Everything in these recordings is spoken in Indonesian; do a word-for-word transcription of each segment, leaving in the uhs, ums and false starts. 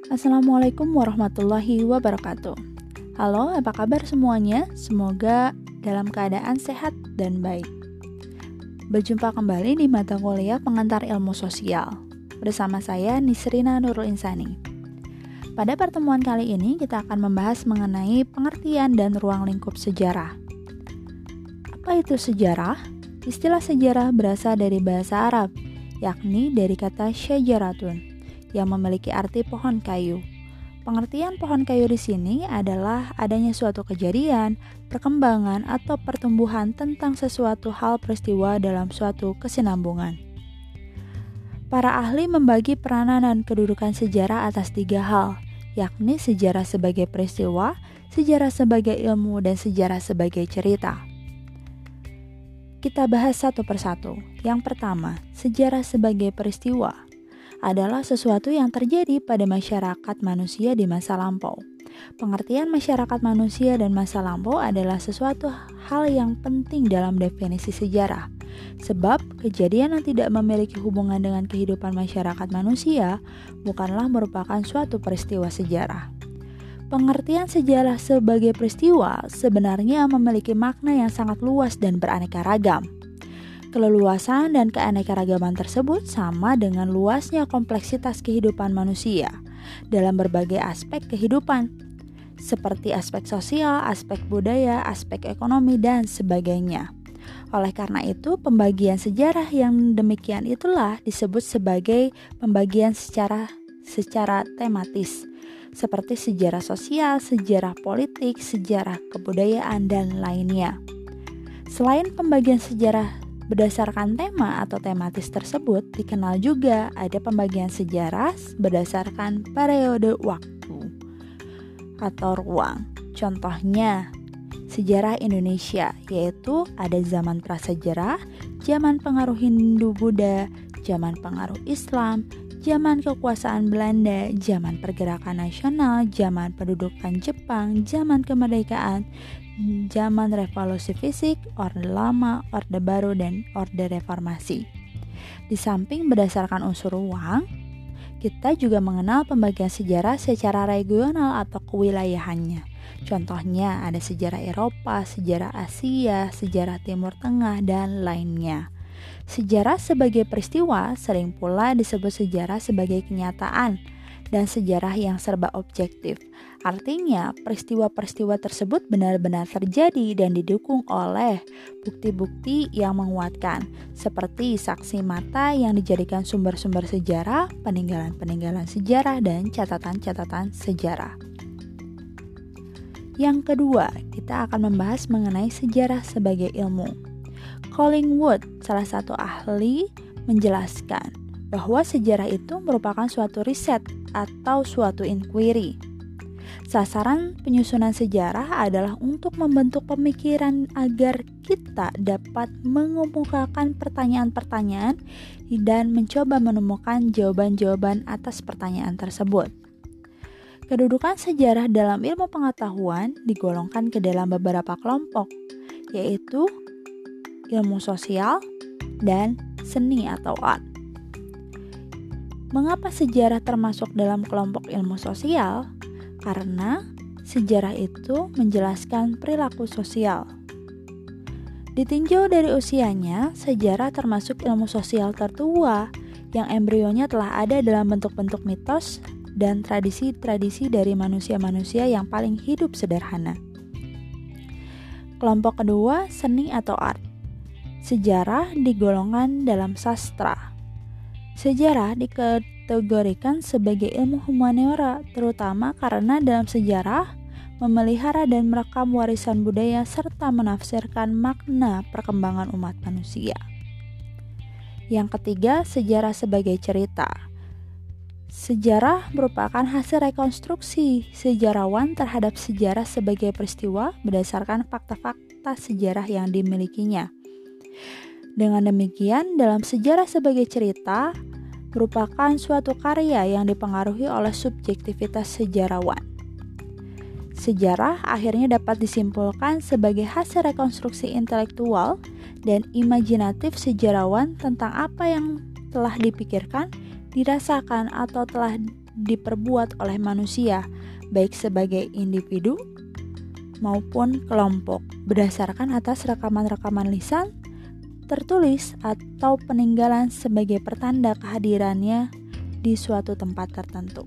Assalamualaikum warahmatullahi wabarakatuh. Halo, apa kabar semuanya? Semoga dalam keadaan sehat dan baik. Berjumpa kembali di mata kuliah pengantar ilmu sosial bersama saya Nisrina Nurul Insani. Pada pertemuan kali ini kita akan membahas mengenai pengertian dan ruang lingkup sejarah. Apa itu sejarah? Istilah sejarah berasal dari bahasa Arab, yakni dari kata syajaratun, yang memiliki arti pohon kayu. Pengertian pohon kayu di sini adalah adanya suatu kejadian, perkembangan, atau pertumbuhan tentang sesuatu hal peristiwa dalam suatu kesinambungan. Para ahli membagi peranan dan kedudukan sejarah atas tiga hal, yakni sejarah sebagai peristiwa, sejarah sebagai ilmu, dan sejarah sebagai cerita. Kita bahas satu persatu. Yang pertama, sejarah sebagai peristiwa adalah sesuatu yang terjadi pada masyarakat manusia di masa lampau. Pengertian masyarakat manusia dan masa lampau adalah sesuatu hal yang penting dalam definisi sejarah. Sebab kejadian yang tidak memiliki hubungan dengan kehidupan masyarakat manusia bukanlah merupakan suatu peristiwa sejarah. Pengertian sejarah sebagai peristiwa sebenarnya memiliki makna yang sangat luas dan beraneka ragam. Keleluasan dan keanekaragaman tersebut sama dengan luasnya kompleksitas kehidupan manusia dalam berbagai aspek kehidupan, seperti aspek sosial, aspek budaya, aspek ekonomi, dan sebagainya. Oleh karena itu, pembagian sejarah yang demikian itulah disebut sebagai pembagian secara secara tematis, seperti sejarah sosial, sejarah politik, sejarah kebudayaan, dan lainnya. Selain pembagian sejarah berdasarkan tema atau tematis tersebut, dikenal juga ada pembagian sejarah berdasarkan periode waktu atau ruang. Contohnya, sejarah Indonesia, yaitu ada zaman prasejarah, zaman pengaruh Hindu-Buddha, zaman pengaruh Islam, zaman kekuasaan Belanda, zaman pergerakan nasional, zaman pendudukan Jepang, zaman kemerdekaan, zaman revolusi fisik, orde lama, orde baru, dan orde reformasi. Di samping berdasarkan unsur ruang, kita juga mengenal pembagian sejarah secara regional atau kewilayahannya. Contohnya ada sejarah Eropa, sejarah Asia, sejarah Timur Tengah, dan lainnya. Sejarah sebagai peristiwa sering pula disebut sejarah sebagai kenyataan dan sejarah yang serba objektif. Artinya, peristiwa-peristiwa tersebut benar-benar terjadi dan didukung oleh bukti-bukti yang menguatkan, seperti saksi mata yang dijadikan sumber-sumber sejarah, peninggalan-peninggalan sejarah, dan catatan-catatan sejarah. Yang kedua, kita akan membahas mengenai sejarah sebagai ilmu. Collingwood, salah satu ahli, menjelaskan bahwa sejarah itu merupakan suatu riset atau suatu inquiry. Sasaran penyusunan sejarah adalah untuk membentuk pemikiran agar kita dapat mengemukakan pertanyaan-pertanyaan dan mencoba menemukan jawaban-jawaban atas pertanyaan tersebut. Kedudukan sejarah dalam ilmu pengetahuan digolongkan ke dalam beberapa kelompok, yaitu ilmu sosial dan seni atau art. Mengapa sejarah termasuk dalam kelompok ilmu sosial? Karena sejarah itu menjelaskan perilaku sosial. Ditinjau dari usianya, sejarah termasuk ilmu sosial tertua yang embrionya telah ada dalam bentuk-bentuk mitos dan tradisi-tradisi dari manusia-manusia yang paling hidup sederhana. Kelompok kedua, seni atau art. Sejarah digolongkan dalam sastra. Sejarah dikategorikan sebagai ilmu humaniora, terutama karena dalam sejarah memelihara dan merekam warisan budaya serta menafsirkan makna perkembangan umat manusia. Yang ketiga, sejarah sebagai cerita. Sejarah merupakan hasil rekonstruksi sejarawan terhadap sejarah sebagai peristiwa berdasarkan fakta-fakta sejarah yang dimilikinya. Dengan demikian, dalam sejarah sebagai cerita merupakan suatu karya yang dipengaruhi oleh subjektivitas sejarawan. Sejarah akhirnya dapat disimpulkan sebagai hasil rekonstruksi intelektual dan imajinatif sejarawan tentang apa yang telah dipikirkan, dirasakan, atau telah diperbuat oleh manusia, baik sebagai individu maupun kelompok, berdasarkan atas rekaman-rekaman lisan, tertulis, atau peninggalan sebagai pertanda kehadirannya di suatu tempat tertentu.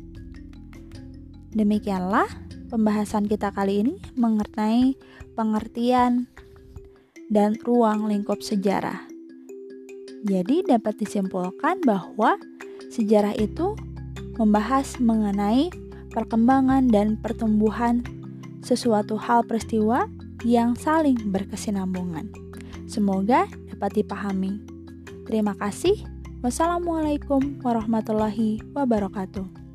Demikianlah pembahasan kita kali ini mengenai pengertian dan ruang lingkup sejarah. Jadi dapat disimpulkan bahwa sejarah itu membahas mengenai perkembangan dan pertumbuhan sesuatu hal peristiwa yang saling berkesinambungan. Semoga dapat dipahami. Terima kasih. Wassalamualaikum warahmatullahi wabarakatuh.